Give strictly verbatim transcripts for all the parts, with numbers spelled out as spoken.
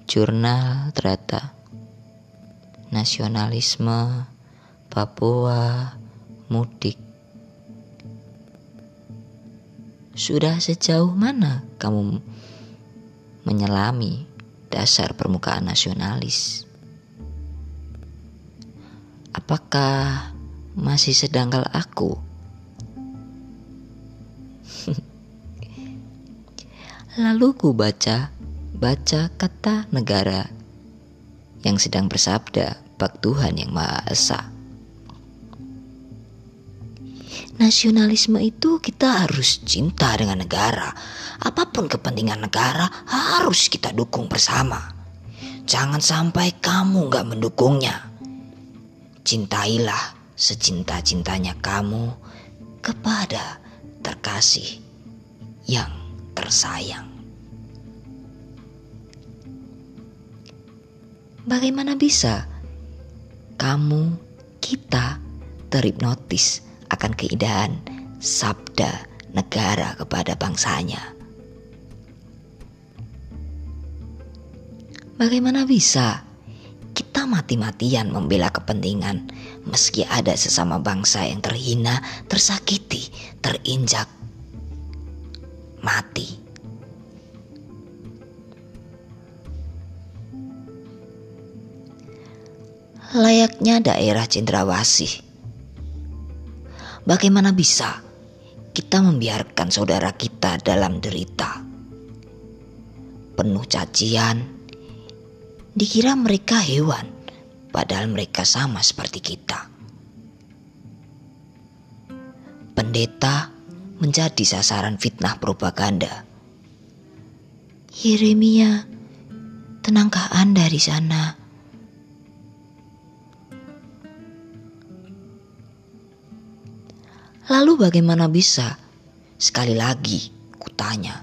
Jurnal Trata Nasionalisme Papua Mudik. Sudah sejauh mana kamu menyelami dasar permukaan nasionalis? Apakah masih sedangkal aku? Lalu ku baca baca kata negara yang sedang bersabda bak Tuhan yang Maha Esa. Nasionalisme itu kita harus cinta dengan negara. Apapun kepentingan negara harus kita dukung bersama. Jangan sampai kamu gak mendukungnya. Cintailah secinta-cintanya kamu kepada terkasih yang tersayang. Bagaimana bisa kamu, kita terhipnotis akan keindahan sabda negara kepada bangsanya? Bagaimana bisa kita mati-matian membela kepentingan meski ada sesama bangsa yang terhina, tersakiti, terinjak mati? Layaknya daerah Cendrawasih, bagaimana bisa kita membiarkan saudara kita dalam derita, penuh cacian, dikira mereka hewan, padahal mereka sama seperti kita. Pendeta menjadi sasaran fitnah propaganda. Yeremia, tenangkah Anda di sana? Lalu bagaimana bisa? Sekali lagi kutanya.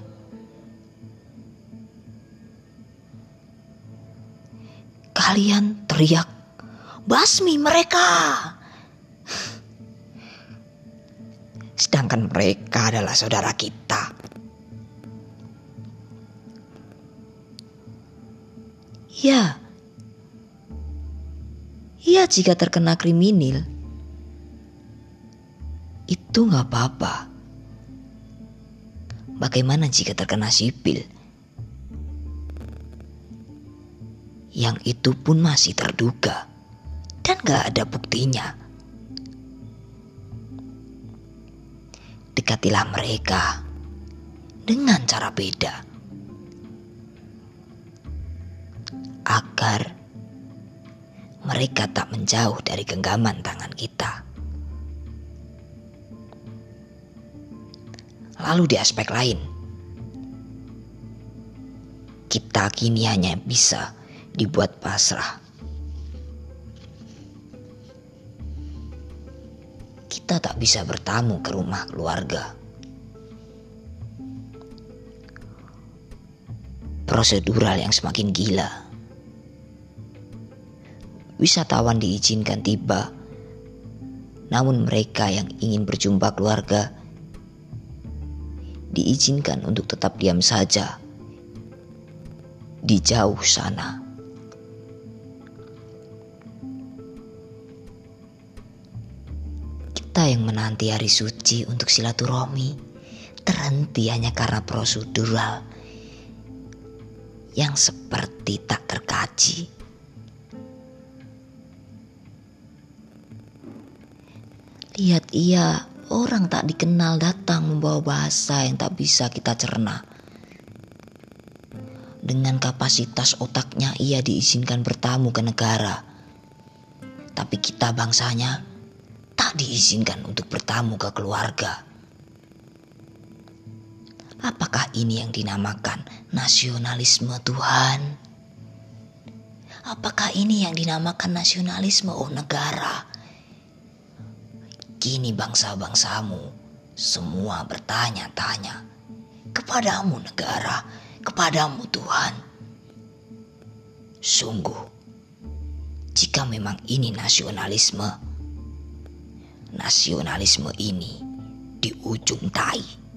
Kalian teriak, basmi mereka. Sedangkan mereka adalah saudara kita. Ya, ya jika terkena kriminal, itu gak apa-apa. Bagaimana jika terkena sipil? Yang itu pun masih terduga dan gak ada buktinya. Dekatilah mereka dengan cara beda, agar mereka tak menjauh dari genggaman tangan kita. Lalu di aspek lain, kita kini hanya bisa dibuat pasrah. Kita tak bisa bertamu ke rumah keluarga. Prosedural yang semakin gila. Wisatawan diizinkan tiba, namun mereka yang ingin berjumpa keluarga diizinkan untuk tetap diam saja di jauh sana. Kita yang menanti hari suci untuk silaturahmi terhenti hanya karena prosedural yang seperti tak terkaji. Lihat ia, orang tak dikenal datang membawa bahasa yang tak bisa kita cerna. Dengan kapasitas otaknya ia diizinkan bertamu ke negara. Tapi kita bangsanya tak diizinkan untuk bertamu ke keluarga. Apakah ini yang dinamakan nasionalisme Tuhan? Apakah ini yang dinamakan nasionalisme oh negara? Kini bangsa-bangsamu semua bertanya-tanya, kepadamu negara, kepadamu Tuhan. Sungguh, jika memang ini nasionalisme, nasionalisme ini di ujung tai